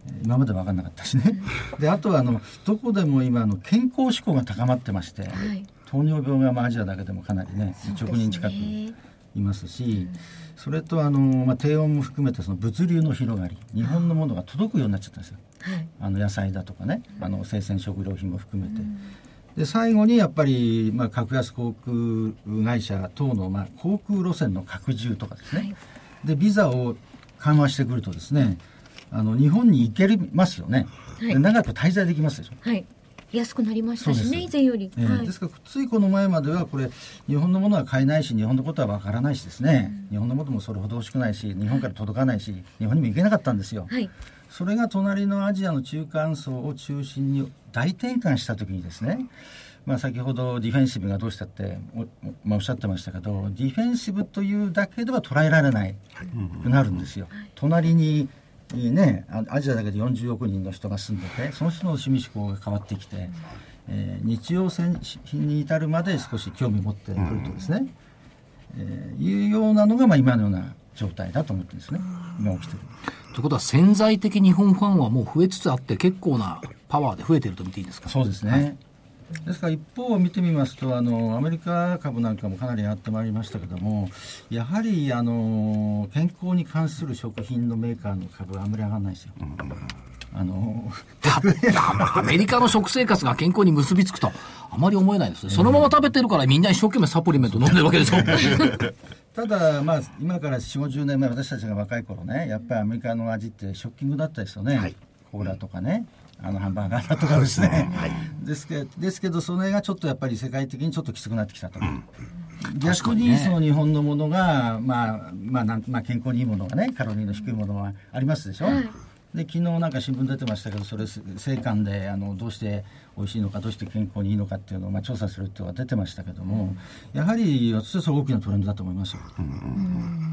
今まで分かんなかったしねであとはあのどこでも今あの健康志向が高まってまして、はい、糖尿病がまあアジアだけでもかなりねいちおくにん近くいますし、それとあの、まあ、低温も含めてその物流の広がり、日本のものが届くようになっちゃったんですよ、はい、あの野菜だとかね、あの生鮮食料品も含めて、で最後にやっぱり、まあ、格安航空会社等の、まあ、航空路線の拡充とかですね、はい、でビザを緩和してくるとですね、あの日本に行けますよね、はい、で長く滞在できますでしょ、 はい、安くなりましたしね、以前より、 えーはい、ですからついこの前まではこれ日本のものは買えないし、日本のことはわからないしですね、うん、日本のものもそれほど欲しくないし、日本から届かないし、日本にも行けなかったんですよ、はい、それが隣のアジアの中間層を中心に大転換したときにですね、まあ、先ほどディフェンシブがどうしたって お,、まあ、おっしゃってましたけど、ディフェンシブというだけでは捉えられないくなるんですよ、はい、隣にね、アジアだけでよんじゅうおくにんの人が住んでて、その人の趣味思考が変わってきて、うん、えー、日用品に至るまで少し興味を持ってくるとですね、うん、えー、いうようなのがまあ今のような状態だと思ってるんですね、今起きてる。 ということは潜在的日本ファンはもう増えつつあって、結構なパワーで増えていると見ていいですか。 そうですね、はい、ですから一方を見てみますと、あのアメリカ株なんかもかなり上がってまいりましたけども、やはりあの健康に関する食品のメーカーの株はあんまり上がらないですよ、うん、あのアメリカの食生活が健康に結びつくとあまり思えないですね、そのまま食べてるからみんな一生懸命サプリメント飲んでるわけでしょただ、まあ、今からよんじゅうごじゅうねんまえ、私たちが若い頃ね、やっぱりアメリカの味ってショッキングだったですよね、はい、コーラとかね、あのハンバーガーだとかですね、はい、ですけど、ですけどそれがちょっとやっぱり世界的にちょっときつくなってきたと、うん、逆にその日本のものが、まあまあなんまあ、健康にいいものがね、カロリーの低いものはありますでしょ、はい、で昨日なんか新聞出てましたけど、それ青函であのどうして美味しいのか、どうして健康にいいのかっていうのをまあ調査するっていうのが出てましたけども、やはり私はそれ大きなトレンドだと思いますよ、うん、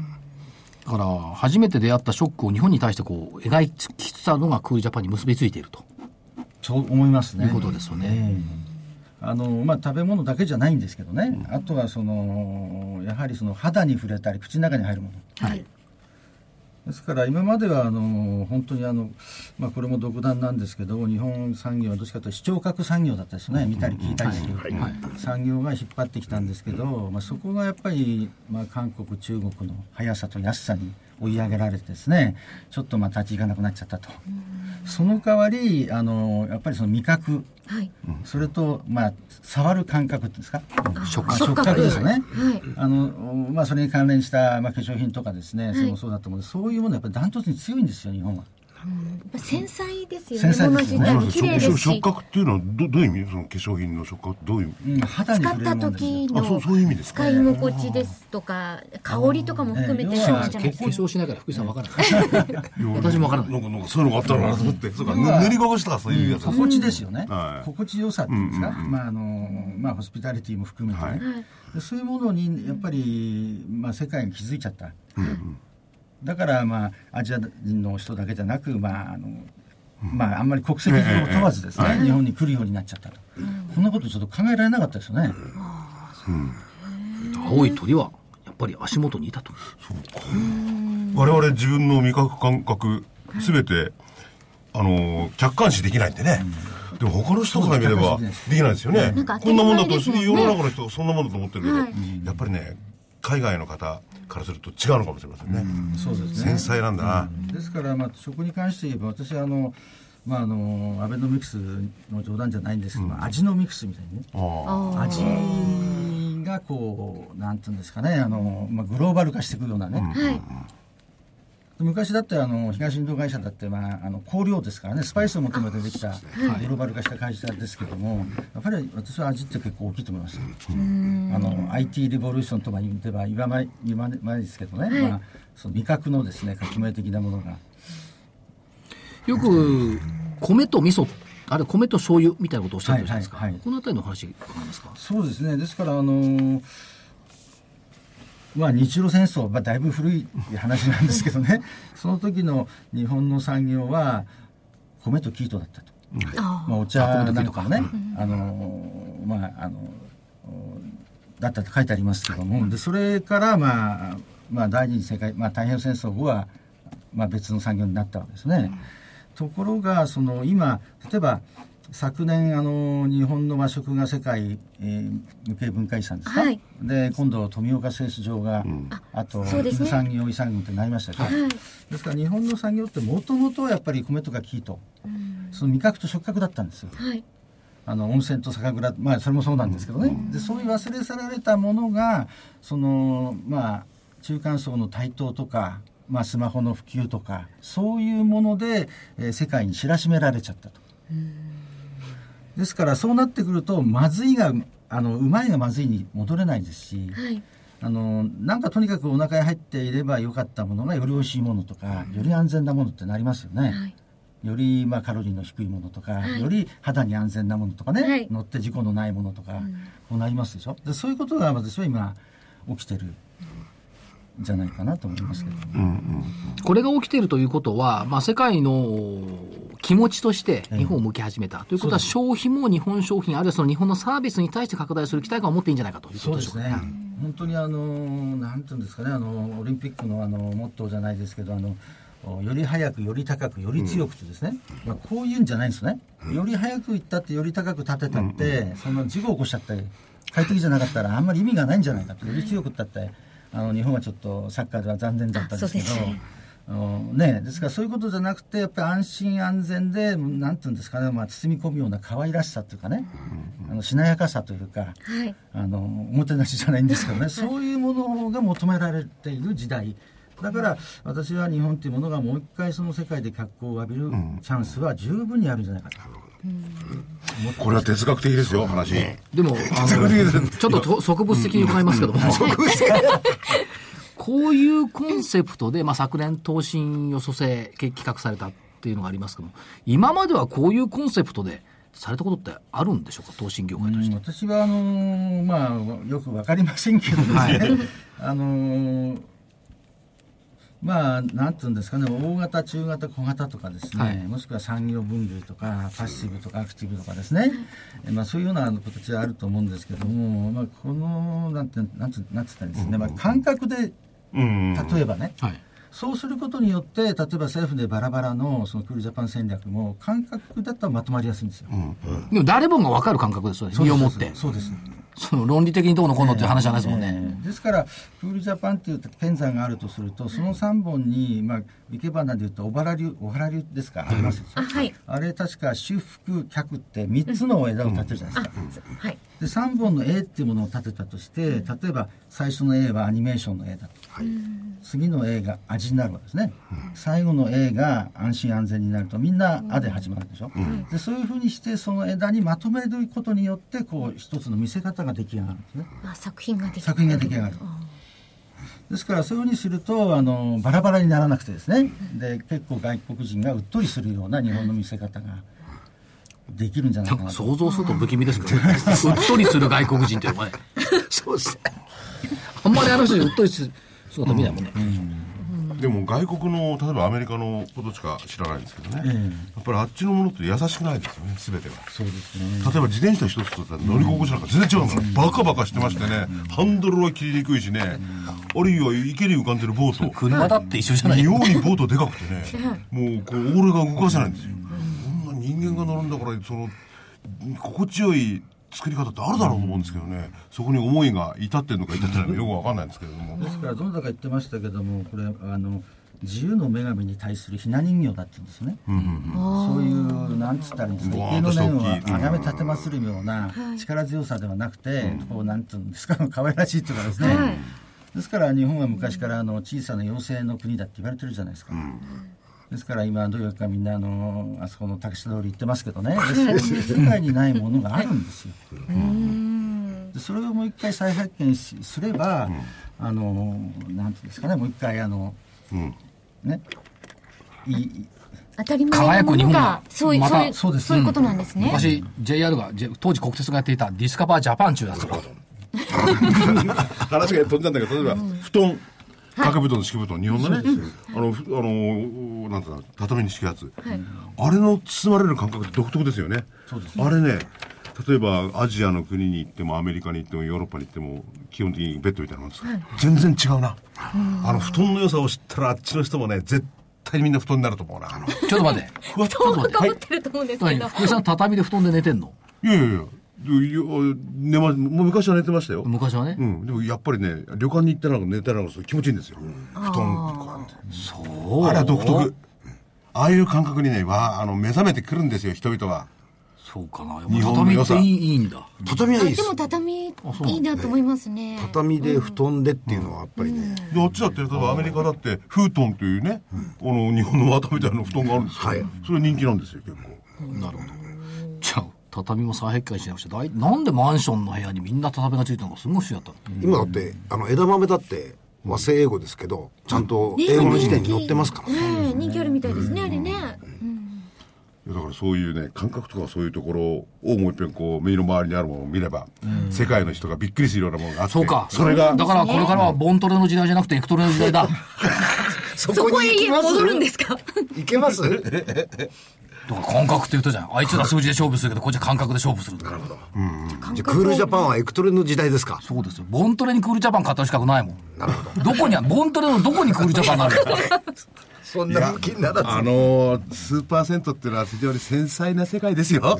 だから初めて出会ったショックを日本に対してこう描きつつあるのがクールジャパンに結びついていると、 そう思いますね。 いうことですよね。 えー、あのまあ、食べ物だけじゃないんですけどね、うん、あとはそのやはりその肌に触れたり口の中に入るもの、はい、ですから今まではあの本当にあの、まあ、これも独断なんですけど、日本産業はどっちかというと視聴覚産業だったですね、見たり聞いたりする産業が引っ張ってきたんですけど、まあ、そこがやっぱり、まあ、韓国中国の速さと安さに追い上げられてですね、ちょっとまあ立ち行かなくなっちゃったと。その代わりあのやっぱりその味覚、はい、それと、まあ、触る感覚っていうんですか、 触覚、触覚ですよね、はい、あのまあ、それに関連した、まあ、化粧品とかですね、はい、それもそうだと思う、そういうものはやっぱりダントツに強いんですよ、日本は。 うん、繊細ですよね。 繊細ですよね。 物自体も綺麗ですし。 触覚っていうのは ど, どういう意味？その化粧品の触覚どういう意味？ うん、肌に触れるものですよ。 使った時の使い心地ですとか、香りとかも含めてそうじゃないですか。 化粧しながら福井さん分からない私も分からない。 なんかなんかそういうのがあったのかなと思って、そうか、塗り心地とかそういうやつ、 心地ですよね、はい、心地よさっていうんですか、うんうんうん、まああのまあホスピタリティも含めてね、はい、でそういうものにやっぱり、まあ、世界に気づいちゃった、うんうん、だから、まあ、アジア人の人だけじゃなく、まああのまあ、あんまり国籍を問わずですね、えー、日本に来るようになっちゃったと、うん、こんなことちょっと考えられなかったですよね、 うん、青い鳥はやっぱり足元にいたと。 そうか、我々自分の味覚感覚すべて、あの客観視できないんでね、うん、でも他の人から見ればできないですよね、うん、こんなもんだと、ね、世の中の人がそんなもんだと思ってるけど、はい、やっぱりね海外の方からすると違うのかもしれませんね、 うん、そうですね、 繊細なんだな、 うん、ですから、まあ、食に関して言えば私はあの、まあ、あのアベノミクスの冗談じゃないんですけど、うん、味のミックスみたいにね、味がこうなんていうんですかね、あの、まあ、グローバル化していくようなね、うん、昔だってあの東インド会社だって、まあ、あの香料ですからね、スパイスを求めてできたグローバル化した会社ですけども、やっぱり私は味って結構大きいと思います。あの アイティー レボリューションとか言えば言わない言わないですけどね、はい、まあ、その味覚のですね革命的なものがよく米と味噌、あれ米と醤油みたいなことをおっしゃってるじゃないですか、はいはいはい、このあたりの話伺いますか。 そうですね、ですからあのーまあ、日露戦争、まあ、だいぶ古い話なんですけどねその時の日本の産業は米と生糸だったと、うん、まあ、お茶なんかもね、あのー、まああのだったと書いてありますけども、でそれから、まあまあ、第二次世界、まあ、太平洋戦争後は、まあ、別の産業になったわけですね。 ところがその今例えば昨年あの日本の和食が世界、えー、無形文化遺産ですか、はい、で今度富岡製糸場が、うん、あと絹、ね、産業遺産群ってなりましたけど、はい、ですから日本の産業ってもともとやっぱり米とか生と、うん、その味覚と触覚だったんですよ、はい、あの温泉と酒蔵、まあそれもそうなんですけどね、うん、でそういう忘れ去られたものがそのまあ中間層の台頭とか、まあ、スマホの普及とかそういうもので、えー、世界に知らしめられちゃったと。うんですからそうなってくるとまずいがあのうまいがまずいに戻れないですし、はい、あのなんかとにかくお腹に入っていればよかったものがよりおいしいものとか、うん、より安全なものってなりますよね、はい、よりまあカロリーの低いものとか、はい、より肌に安全なものとかね、はい、乗って事故のないものとか、うん、こうなりますでしょ。でそういうことが私は今起きてるじゃないかなと思いますけど、うんうん、 これが起きているということは、まあ、世界の気持ちとして日本を向き始めた、えー、ということは消費も日本商品あるいはその日本のサービスに対して拡大する期待感を持っていいんじゃないかということでしょうか。そうですね、 本当にあのなんていうんですかね、あのオリンピックのあのモットーじゃないですけど、あのより早くより高くより強くとですね、うんまあ、こういうんじゃないんですね、うん、より早く行ったってより高く立てたって、うん、その事故を起こしちゃって快適じゃなかったらあんまり意味がないんじゃないかと。より強くったってあの日本はちょっとサッカーでは残念だったんですけど、あのね、ですからそういうことじゃなくてやっぱり安心安全でなんていうんですかね、まあ、包み込むような可愛らしさというかね、あのしなやかさというか、はい、あのおもてなしじゃないんですけどね、そういうものが求められている時代だから私は日本というものがもう一回その世界で脚光を浴びるチャンスは十分にあるんじゃないかと、うんこれは哲学的ですよ話。 でもあのちょっと植物的に伺いますけども、こういうコンセプトで、まあ、昨年東進よそせ企画されたっていうのがありますけども、今まではこういうコンセプトでされたことってあるんでしょうか、東進業界として。 私はあのー、まあよく分かりませんけどですね、はい、あのーまあ、なんていうんですかね、大型、中型、小型とかですね、はい、もしくは産業分類とか、パッシブとかアクティブとかですね、まあ、そういうような形はあると思うんですけども、まあ、この、なんて、なんて、なんて言ったらいいんですね、まあ、感覚で、例えばね、はい、そうすることによって、例えば政府でバラバラの、そのクールジャパン戦略も、感覚だったらまとまりやすいんですよ。うんうん、 でも誰もが分かる感覚ですよね、身をもって。 そうです。 その論理的にどうのこうのっていう話じゃないですもんね、 えーえー、ですからクールジャパンっていう剣山があるとするとそのさんぼんに、まあ、生け花でいうと小原流小原流ですか、ありますでしょ、はい、あれ確か修復脚ってみっつの枝を立てるじゃないですか、うんはい、でさんぼんの A っていうものを立てたとして例えば最初の A はアニメーションの A だと、はい、次の A が味になるわけですね、うん、最後の A が安心安全になるとみんな「あ」で始まるでしょ、うん、でそういうふうにしてその枝にまとめることによってこう一つの見せ方が出来上がるんですね。 あ、作品が出来上がる。 作品が出来上がる。ですからそういうふうにするとあのバラバラにならなくてですね、で結構外国人がうっとりするような日本の見せ方ができるんじゃないかなと。 想像すると不気味ですけど、ね、うっとりする外国人というのはねそうですね、あんまりあの人にうっとりする姿見ないもんね、うんうんでも外国の例えばアメリカのことしか知らないんですけどね、えー、やっぱりあっちのものって優しくないですよね、全てが。 そうですね。 例えば自転車一つとったら乗り心地なんか全然違うんだから、うん、バカバカしてましてね、うん、ハンドルは切りにくいしね、うん、あるいは池に浮かんでるボート車だって一緒じゃない。 妙にボートでかくてねもうこうオールが動かせないんですよ、うん、こんな人間が乗るんだからその心地よい作り方ってあるだろうと思うんですけどね、うん、そこに思いが至ってるのか至ってないのかよく分かんないんですけれども、 ですからどなたか言ってましたけども、これあの自由の女神に対するひな人形だって言うんですよね、うんうんうん、そういうなんつったらいいんですか、池の面をあがめ立てまするような力強さではなくて、うん、こうなんていうんですか可愛らしいというかですね、はい、ですから日本は昔からあの小さな妖精の国だって言われてるじゃないですか、うん、ですから今どういうかみんなあのあそこの竹下通り行ってますけどね、でそういう世界にないものがあるんですよ、うん、でそれをもう一回再発見すれば、うん、あのなんていうんですかね、もう一回あの、うんね、いい当たり前のものがそういう、 ま、 そういう、そうです、そういうことなんですね。 昔 ジェイアール が当時国鉄がやっていたディスカバージャパン中だったこと話が飛んだんだけど、例えば、うん、布団掛け布団と敷布団、日本のね、あの、あの、なんていうか、畳に敷くやつ、はい、あれの包まれる感覚って独特ですよね。そうですね。あれね、例えばアジアの国に行ってもアメリカに行ってもヨーロッパに行っても基本的にベッドみたいなもんです、はい、全然違うな、うん、あの布団の良さを知ったらあっちの人もね絶対にみんな布団になると思うな。あのちょっと待って。 布団はかぶってると思うんですけど。 福井さん畳で布団で寝てんの？ いやいやいや。寝ま、もう昔は寝てましたよ。 昔はね。 うん。でもやっぱりね、旅館に行ったら寝たら気持ちいいんですよ。布団とかって。 そう。 あれは独特。ああいう感覚にね、わあの、目覚めてくるんですよ、人々は。 そうかな。 日本の良さ。 畳っていい、いいんだ。 畳はいいです。 でも畳いいなと思いますね。 畳で布団でっていうのはやっぱりね。 で、あっちだって、例えばアメリカだって、フートンというね、あの、日本の綿みたいな布団があるんですよ。はい。それ人気なんですよ、結構。 なるほど。じゃあ、畳も再閉会しなくちゃだい、なんでマンションの部屋にみんな畳がついてるのかすごい不思議だったの。 今だって、あの、枝豆だって、和製英語ですけど、ちゃんと英語の辞典に載ってますからね。 ね人気あるみたいですね、あれね。 だからそういうね、感覚とかそういうところをもう一遍こう、目の周りにあるものを見れば、世界の人がびっくりするようなものがあって。 そうか。 それが。 だからこれからはボントレの時代じゃなくてエクトレの時代だ。 そこへ戻るんですか？ いけます？ だから感覚って言ったじゃん。あいつら数字で勝負するけど、こっちは感覚で勝負する。なるほど。 うん。じゃあクールジャパンはエクトレの時代ですか？ そうですよ。ボントレにクールジャパン買った資格ないもん。 なるほど。 どこにあ、ボントレのどこにクールジャパンがあるんですか？ そんな向きにならず。 あのー、数パーセントっていうのは非常に繊細な世界ですよ。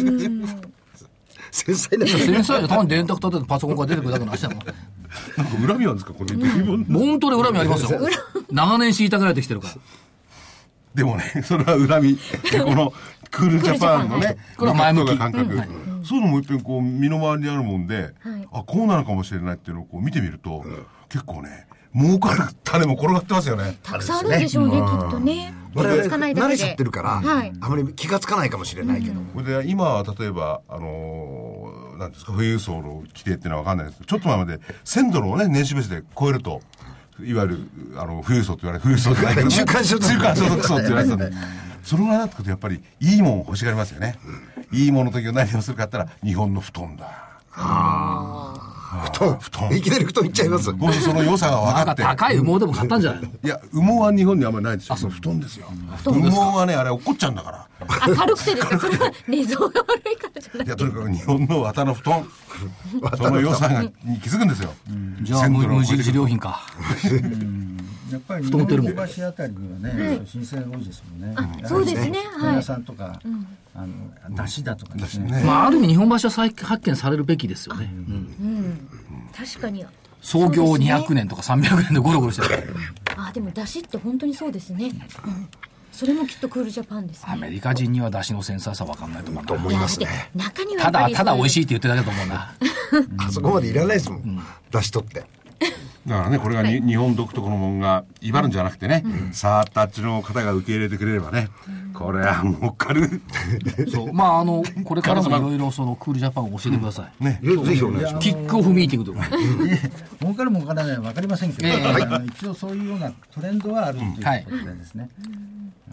繊細な世界。 繊細で単に電卓立ててパソコンから出てくるだけの話だもん。 なんか恨みあるんですかこれ。 ボントレ恨みありますよ。長年虐げられてきてるから。 でもね、それは恨み。このクールジャパンのね、 これは前向き感覚。そういうのも一遍こう身の回りにあるもんで、あ、こうなのかもしれないっていうのをこう見てみると、結構ね、儲かる種も転がってますよね。 たくさんあるんでしょうね、きっとね。 我々慣れちゃってるから、あまり気がつかないかもしれないけど。 これで今は例えば、あのー、なんですか、富裕層の規定っていうのは分かんないですけど、ちょっと前までせんドルをね、年収ベースで超えると、いわゆる、あの、富裕層って言われる、富裕層じゃないけど、 中間所得中間所得層って言われてたんで、そのぐらいになってくるとやっぱりいいもん欲しがりますよね。いいものの時は何をするかって言ったら、日本の布団だ。 はあ。布団、布団。いきなり布団いっちゃいます。 もしその良さが分かって。 高い羽毛でも買ったんじゃないの？ いや、羽毛は日本にあんまりないですよ。あ、そう、布団ですよ。羽毛はね、あれ落っこっちゃうんだから。 あ、軽くてですか？それは寝相が悪いからじゃない。 いや、とにかく日本の綿の布団。その良さに気づくんですよ。 じゃあ、無印良品か。 やっぱり日本橋あたりにはね、新鮮が多いですもんね。 そうですね。 本屋さんとか、あの、だしだとかですね。 まあ、ある意味日本橋は再発見されるべきですよね。 確かに。 創業にひゃくねんとかさんびゃくねんでゴロゴロしてる。 あ、でもだしって本当にそうですね。それもきっとクールジャパンですね。 アメリカ人にはだしの繊細さ分かんないと思うと思いますね。 中にはただ、ただ美味しいって言ってるだけだと思うな。 あそこまでいらないですもん。だし取って。 だからね、これがに、はい、日本独特のものが威張るんじゃなくてね、うん、さああっちの方が受け入れてくれればね、うん、これはもうかる。 そう、まああのこれからもいろいろそのクールジャパンを教えてください。 うん、ね、ぜひお願いします。 キックオフミーティングとか。 儲かる儲からないは分かりませんけど、えー、一応そういうようなトレンドはあるということでですね。うんはい、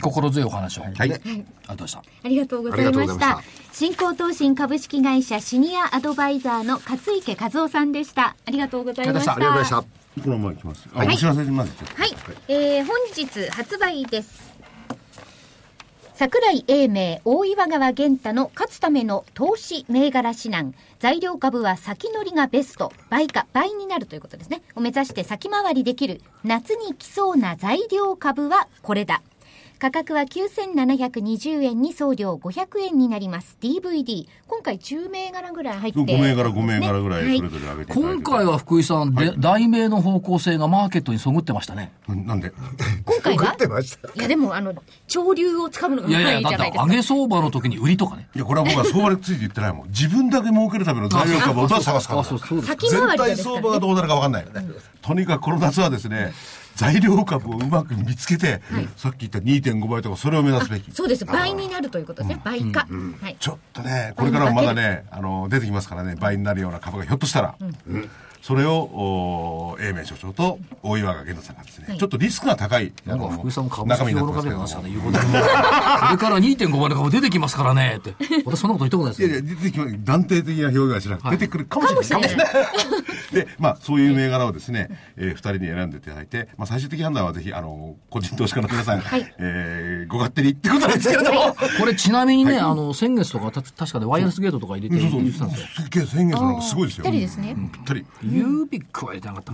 心強いお話を。はい。はい、ありがとうございました。ありがとうございました。新興東信株式会社シニアアドバイザーの勝池和夫さんでした。ありがとうございました。 ありがとうございました。 このままいきます。あ、はい、お知らせまで。 はい、えー、本日発売です。櫻井英明、大岩川源太の勝つための投資銘柄指南。材料株は先乗りがベスト。倍か倍になるということですね。を目指して先回りできる夏に来そうな材料株はこれだ。価格はきゅうせんななひゃくにじゅうえんに送料ごひゃくえんになります。ディーブイディー。今回じゅう銘柄ぐらい入って、 ご銘柄ご銘柄ぐらいそれぞれ上げていただいて、 はい、今回は福井さん、はい、題名の方向性がマーケットにそぐってましたね。 なんで今回はそぐってました。 いやでもあの潮流をつかむのがうまいじゃないですか。いやいや、だって上げ相場の時に売りとかね。 いや、これは僕は相場について言ってないもん。自分だけ儲けるための材料株をどう探すか。全体相場がどうなるか分かんない。とにかくこの夏はですね、材料株をうまく見つけて、はい、さっき言った にてんご 倍とかそれを目指すべき。 そうです、倍になるということですね、うん、倍か、うんうんはい、 ちょっとねこれからもまだねあの出てきますからね、倍になるような株がひょっとしたら、うんうん、それを英明所長と大岩川源太さんがですね、はい、ちょっとリスクが高いなんか福井さんも株式用の株なんですかね、言うことこれから にてんご 倍の株出てきますからねって私そんなこと言ったことないですよ。いやいや出てきます、 断定的な表現はしなくて、はい、出てくるかもしれないで、まあそういう銘柄をですね、えー、ふたりに選んでいただいて、まあ、最終的判断はぜひあの個人投資家の皆さん、はいえー、ご勝手にってことなんですけれどもこれちなみにね、はい、あの先月とかた確かでワイヤレスゲートとか入れて言ってたんですよ。 すげえ先月なんかすごいですよ。 ぴったりですね、 うん、ぴったり。 ユービックは入れてなかったかな。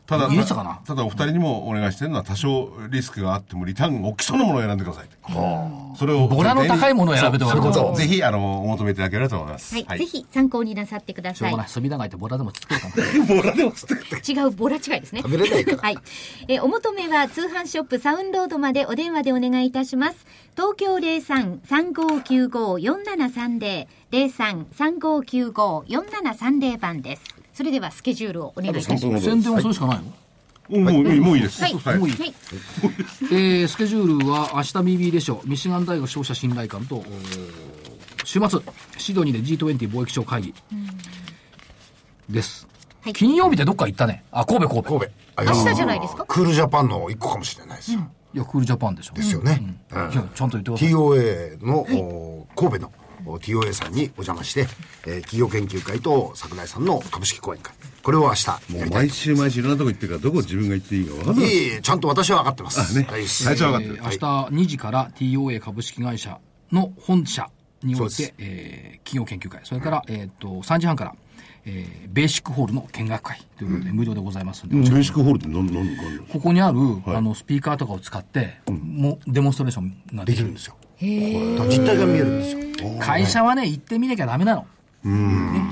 ただ、 言えてたかな。 ただお二人にもお願いしてるのは多少リスクがあってもリターンが大きそうなものを選んでください。それをボラの高いものを選べということをぜひあのお求めいただければと思います。 はい、はい、ぜひ参考になさってください。 しょうがない。隅田貝ってボラでもつつけるかも。 ボラでもつつけ違うボラ違いですね。 食べれないから。 はい。えー、お求めは通販ショップサウンロードまでお電話でお願いいたします。東京 ゼロさん さんごきゅうご よんななさんゼロ ゼロさん さんごきゅうご よんななさんゼロ番です。それではスケジュールをお願いいたします。 宣伝はそれしかないの？ もう、もういいです。 はい。 もういい。はい、えー、スケジュールは明日 ビービー でしょう。ミシガン大学商社信頼官と、週末、シドニーで ジートゥエンティー 貿易商会議です。はい、金曜日でどっか行ったね。あ、神戸、神戸。 神戸。 明日じゃないですか？ クールジャパンの一個かもしれないですよ。うん、 いや、クールジャパンでしょ。 ですよね。 うんうん、いや、ちゃんと言ってください。 ティーオーエー の、はい、神戸のティーオーエー さんにお邪魔して、えー、企業研究会と櫻井さんの株式講演会。これを明日。 もう毎週毎週いろんなとこ行ってるから、どこ自分が行っていいか分かんない。 いえいえ、ちゃんと私は分かってます。 あ、ね。はい、最初は分かってる。 えー、明日にじから ティーオーエー 株式会社の本社において、えー、企業研究会。それから、えっと、さんじはんから、えー、ベーシックホールの見学会ということで、無料でございますので、うん、 ベーシックホールって何、何、何ここにある、はい、あの、スピーカーとかを使って、うん、もデモンストレーションができるんですよ。 へー。実態が見えるんですよ。 会社はね、行ってみなきゃダメなの。 うん。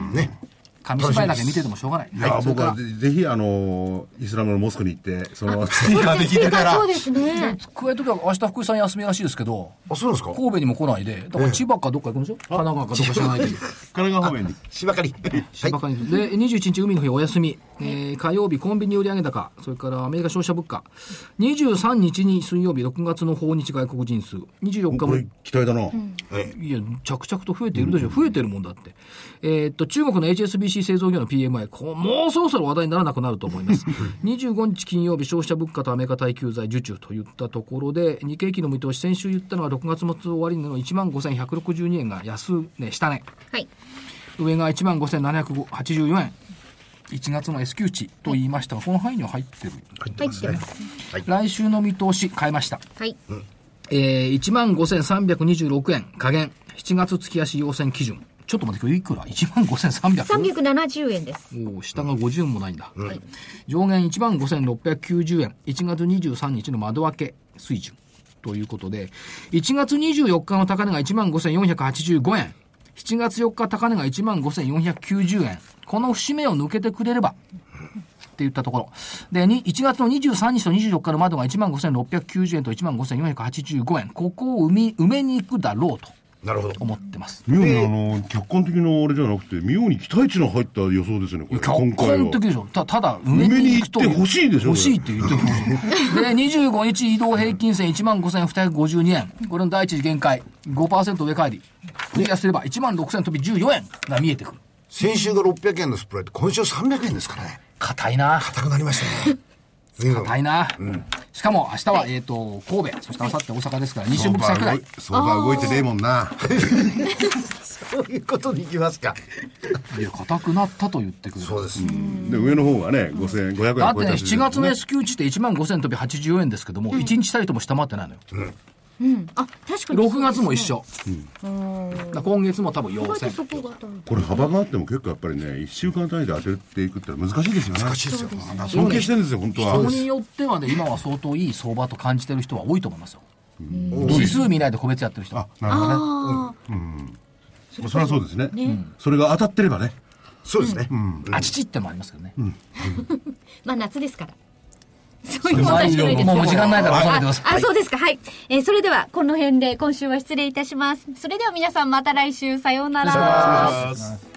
ね。ね、 紙芝居だけ見ててもしょうがない。 いや、僕はぜひ、あの、イスラムのモスクに行って、その、スピーカーで聞いてたら。 そうですね。 加えときは明日福井さん休みらしいですけど。 あ、そうですか？ 神戸にも来ないで、だから千葉かどっか行くんでしょ？神奈川かどっか知らないけど。 神奈川方面に。 芝刈り。 芝刈り。で、にじゅういちにち海の日お休み。えー、火曜日コンビニ売上高、それからアメリカ消費者物価。にじゅうさんにちに水曜日ろくがつの訪日外国人数。にじゅうよっかも。これ期待だな。 いや、着々と増えているでしょ。増えてるもんだって。えっと、中国の エイチエスビーシー 製造業の ピーエムアイ、こうもうそろそろ話題にならなくなると思います。にじゅうごにち金曜日消費者物価とアメリカ耐久財受注といったところで、日経期の見通し、先週言ったのはろくがつ末終わりの いちまんごせんひゃくろくじゅうにえんが安値、下値。はい。上が いちまんごせんななひゃくはちじゅうよえん。いちがつの S q 値と言いましたが、この範囲には入ってる。 入ってますね。 はい、来週の見通し変えました。 はい。 えー、いちまんごせんさんびゃくにじゅうろくえん下限、しちがつ月足要請基準。ちょっと待って、いくら ?いちまんごせんさんびゃく。 さんびゃくななじゅうえんです。 おお、下がごじゅうえんもないんだ。はい、上限 いちまんごせんろっぴゃくきゅうじゅうえん。いちがつにじゅうさんにちの窓開け水準。ということで、いちがつにじゅうよっかの高値が いちまんごせんよんひゃくはちじゅうごえん。しちがつよっか高値が いちまんごせんよんひゃくきゅうじゅうえん。この節目を抜けてくれれば、って言ったところ。で、いちがつのにじゅうさんにちとにじゅうよっかの窓が いちまんごせんろっぴゃくきゅうじゅうえんと いちまんごせんよんひゃくはちじゅうごえん。ここを埋め、埋めに行くだろうと。 なるほど。 思ってます。 妙にあの、客観的なあれじゃなくて、妙に期待値の入った予想ですよね、これ。 客観的でしょ。た、ただ、埋めに行くと。 埋めに行って欲しいでしょ。 欲しいって言ってほしい。で、にじゅうごにち移動平均線 いちまんごせんにひゃくごじゅうにえん。これの第一次限界。ごパーセント 上返り。クリアすれば いちまんろくせん飛びじゅうよえんが見えてくる。 先週がろっぴゃくえんのスプレッド、今週さんびゃくえんですからね。 硬いな。 硬くなりましたね。 硬いな、うん、しかも明日は、はい、えっ、ー、と神戸、そして明後日大阪ですからにしゅうぶ差くらい。 相場動いてねえもんな。 そういうことにいきますか。 いや、硬くなったと言ってくる。 そうです。 で、上の方がね、ごせんごひゃくえんだってね、しちがつの S q 値っていちまんごせん飛びはちじゅうえんですけども、うん、いちにちたりとも下回ってないのよ。うんうん、あ、確かに、 ね、ろくがつも一緒、うん、今月も多分陽線。 これ幅があっても結構やっぱりねいっしゅうかん単位で当てていくって難しいですよね。 難しいですよ。 尊敬してるんですよ本当は。 人によってはね今は相当いい相場と感じてる人は多いと思いますよ。指数見ないで個別やってる人。 あ、なるほどね。うん。それはそうですね。ね、それが当たってればね。 そうですね。 うんうん、あちちってもありますけどね。うん、 まあ夏ですから。そういう問題じゃないですよ。 もう時間ないから収めてください。あ、あ、そうですか。はい。えー、それではこの辺で今週は失礼いたします。それでは皆さんまた来週さようなら。